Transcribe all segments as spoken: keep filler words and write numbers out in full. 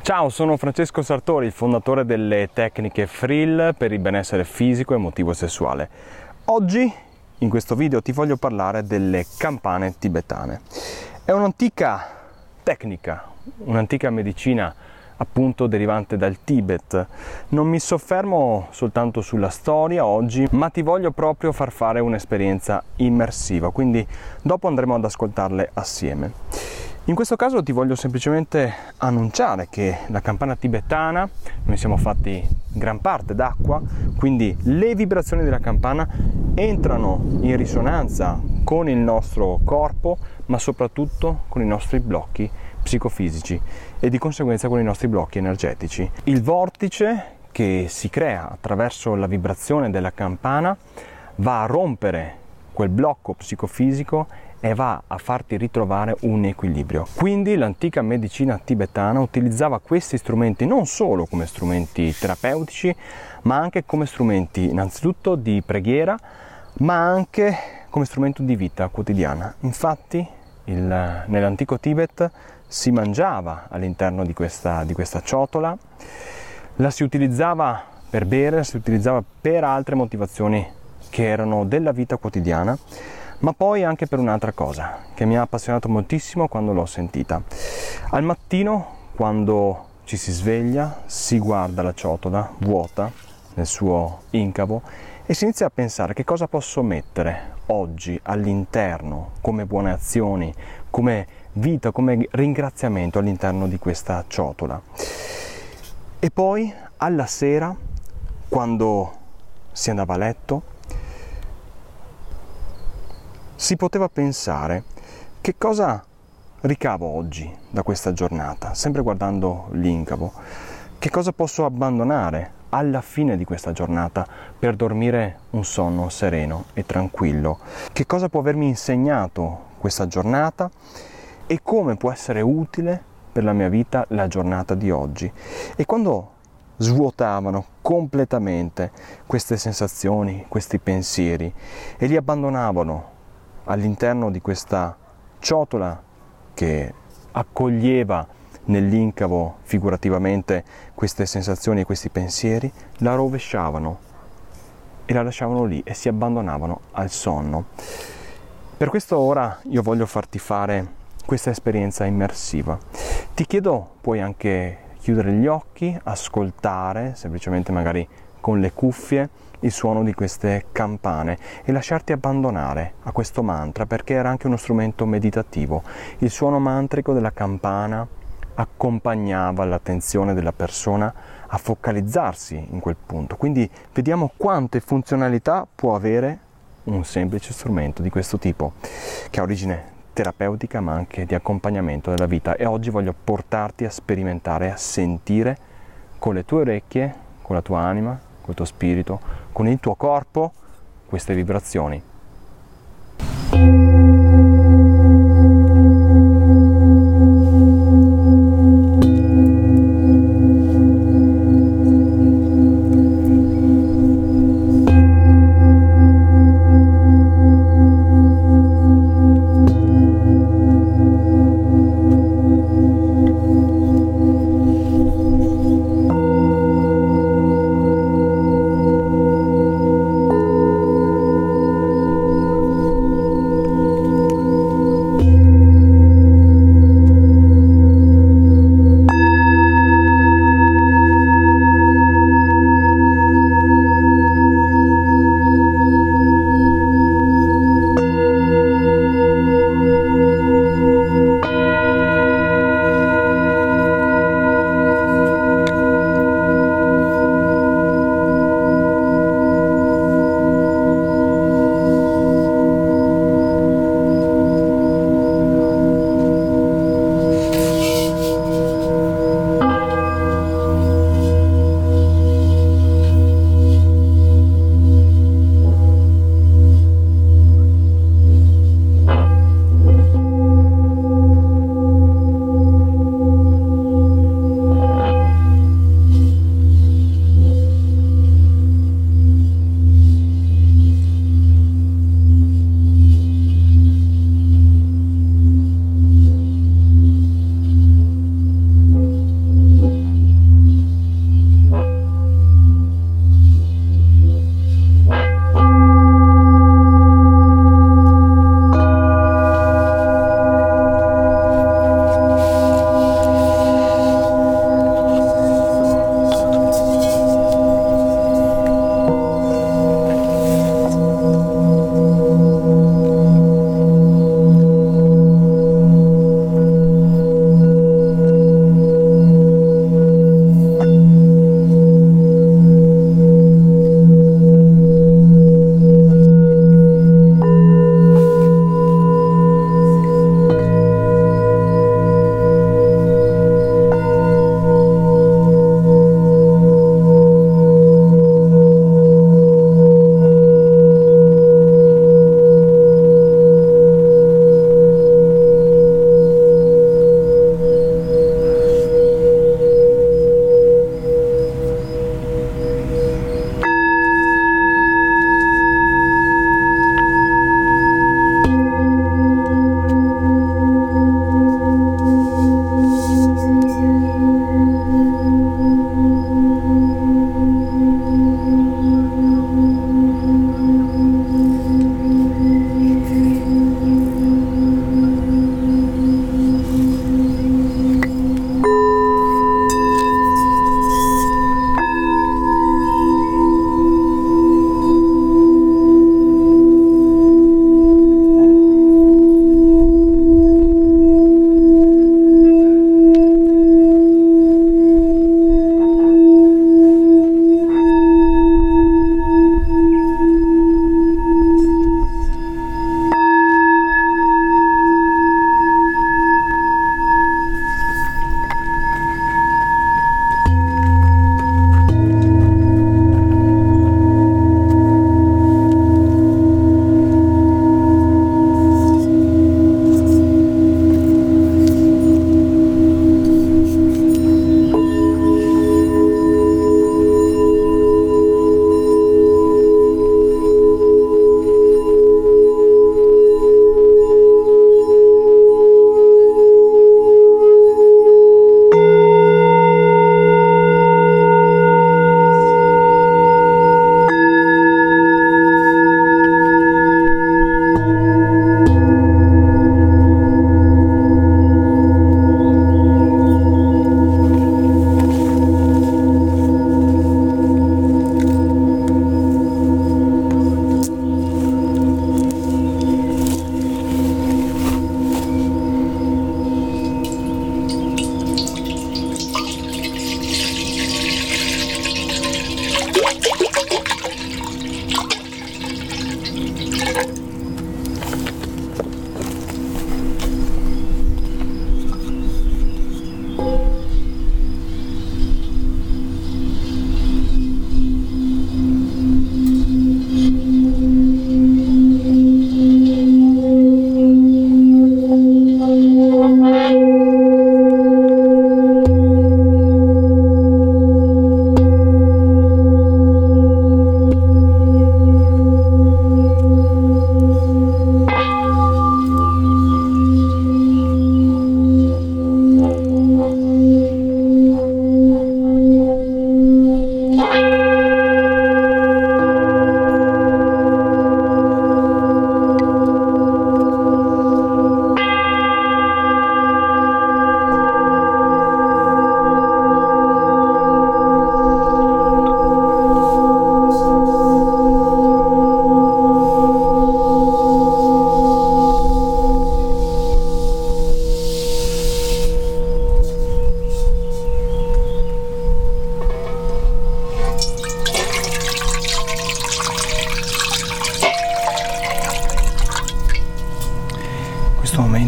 Ciao, sono Francesco Sartori, il fondatore delle tecniche Frill per il benessere fisico, emotivo e sessuale. Oggi, in questo video, ti voglio parlare delle campane tibetane. È un'antica tecnica, un'antica medicina appunto derivante dal Tibet. Non mi soffermo soltanto sulla storia oggi, ma ti voglio proprio far fare un'esperienza immersiva, quindi dopo andremo ad ascoltarle assieme. In questo caso ti voglio semplicemente annunciare che la campana tibetana, noi siamo fatti gran parte d'acqua, quindi le vibrazioni della campana entrano in risonanza con il nostro corpo, ma soprattutto con i nostri blocchi psicofisici e di conseguenza con i nostri blocchi energetici. Il vortice che si crea attraverso la vibrazione della campana va a rompere quel blocco psicofisico e va a farti ritrovare un equilibrio. Quindi l'antica medicina tibetana utilizzava questi strumenti non solo come strumenti terapeutici, ma anche come strumenti innanzitutto di preghiera, ma anche come strumento di vita quotidiana. Infatti il, nell'antico Tibet si mangiava all'interno di questa, di questa ciotola, la si utilizzava per bere, la si utilizzava per altre motivazioni che erano della vita quotidiana, ma poi anche per un'altra cosa che mi ha appassionato moltissimo quando l'ho sentita. Al mattino, quando ci si sveglia, si guarda la ciotola vuota nel suo incavo e si inizia a pensare che cosa posso mettere oggi all'interno come buone azioni, come vita, come ringraziamento all'interno di questa ciotola. E poi alla sera, quando si andava a letto, si poteva pensare che cosa ricavo oggi da questa giornata, sempre guardando l'incavo, che cosa posso abbandonare alla fine di questa giornata per dormire un sonno sereno e tranquillo, che cosa può avermi insegnato questa giornata e come può essere utile per la mia vita la giornata di oggi. E quando svuotavano completamente queste sensazioni, questi pensieri e li abbandonavano all'interno di questa ciotola che accoglieva nell'incavo figurativamente queste sensazioni e questi pensieri, la rovesciavano e la lasciavano lì e si abbandonavano al sonno. Per questo ora io voglio farti fare questa esperienza immersiva. Ti chiedo, puoi anche chiudere gli occhi, ascoltare semplicemente magari con le cuffie il suono di queste campane e lasciarti abbandonare a questo mantra, perché era anche uno strumento meditativo. Il suono mantrico della campana accompagnava l'attenzione della persona a focalizzarsi in quel punto. Quindi vediamo quante funzionalità può avere un semplice strumento di questo tipo, che ha origine terapeutica ma anche di accompagnamento della vita. E oggi voglio portarti a sperimentare, a sentire con le tue orecchie, con la tua anima, col tuo spirito, con il tuo corpo, queste vibrazioni.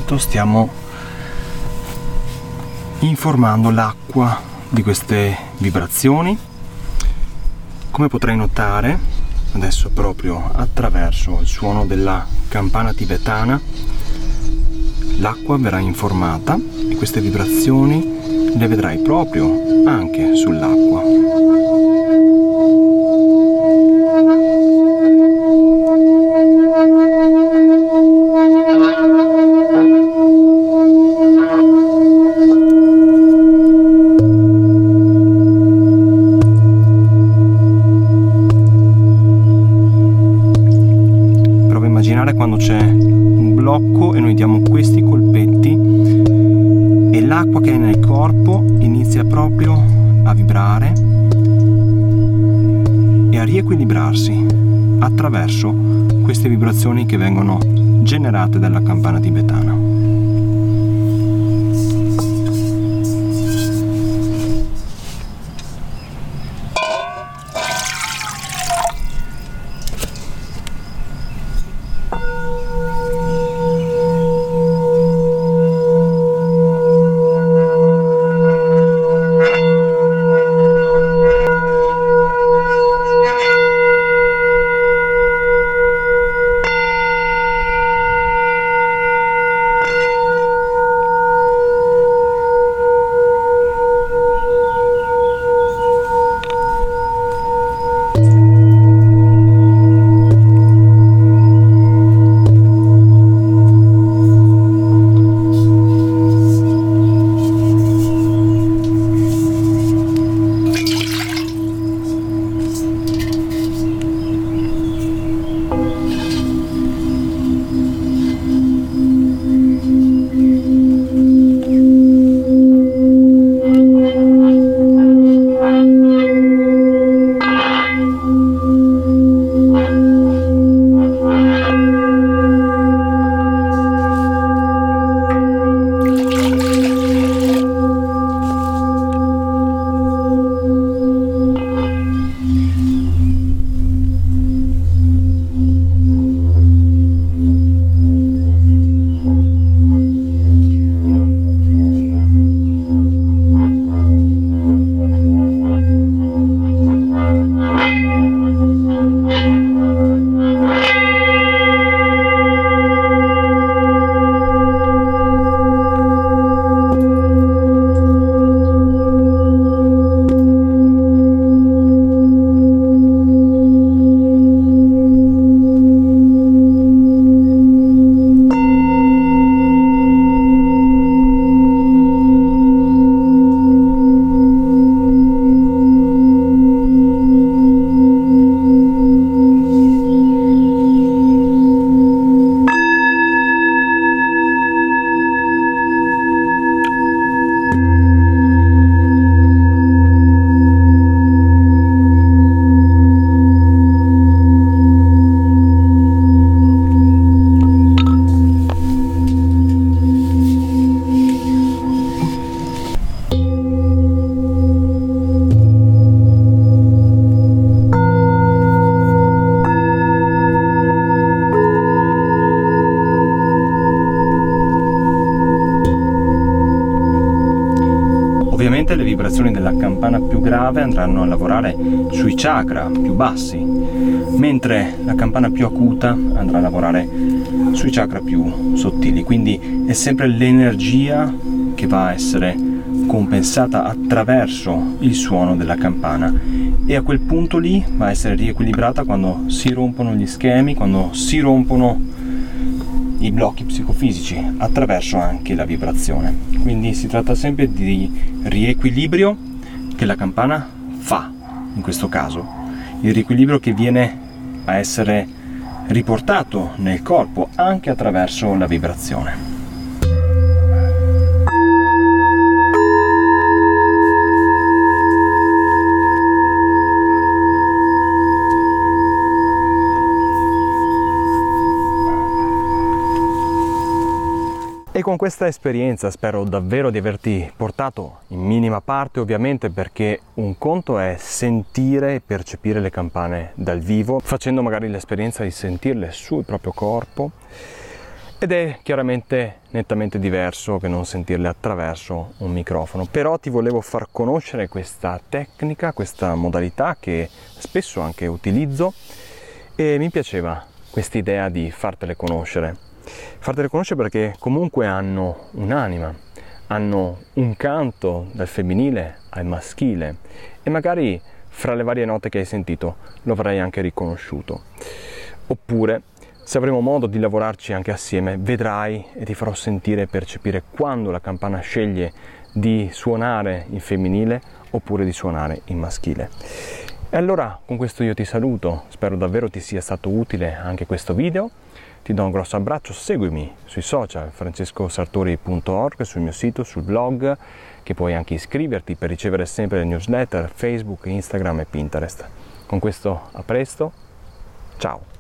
momento stiamo informando l'acqua di queste vibrazioni. Come potrai notare, adesso proprio attraverso il suono della campana tibetana, l'acqua verrà informata e queste vibrazioni le vedrai proprio anche sull'acqua. Quando c'è un blocco e noi diamo questi colpetti e l'acqua che è nel corpo inizia proprio a vibrare e a riequilibrarsi attraverso queste vibrazioni che vengono generate dalla campana tibetana. Ovviamente le vibrazioni della campana più grave andranno a lavorare sui chakra più bassi, mentre la campana più acuta andrà a lavorare sui chakra più sottili, quindi è sempre l'energia che va a essere compensata attraverso il suono della campana e a quel punto lì va a essere riequilibrata quando si rompono gli schemi, quando si rompono i blocchi psicofisici attraverso anche la vibrazione. Quindi si tratta sempre di riequilibrio che la campana fa, in questo caso il riequilibrio che viene a essere riportato nel corpo anche attraverso la vibrazione. E con questa esperienza spero davvero di averti portato in minima parte, ovviamente, perché un conto è sentire e percepire le campane dal vivo, facendo magari l'esperienza di sentirle sul proprio corpo, ed è chiaramente nettamente diverso che non sentirle attraverso un microfono. Però ti volevo far conoscere questa tecnica, questa modalità che spesso anche utilizzo, e mi piaceva questa idea di fartele conoscere. Fartele conoscere perché comunque hanno un'anima, hanno un canto dal femminile al maschile, e magari fra le varie note che hai sentito lo avrai anche riconosciuto. Oppure, se avremo modo di lavorarci anche assieme, vedrai e ti farò sentire e percepire quando la campana sceglie di suonare in femminile oppure di suonare in maschile. E allora con questo io ti saluto, spero davvero ti sia stato utile anche questo video, ti do un grosso abbraccio, seguimi sui social francesco sartori punto org, sul mio sito, sul blog, che puoi anche iscriverti per ricevere sempre le newsletter, Facebook, Instagram e Pinterest. Con questo a presto, ciao!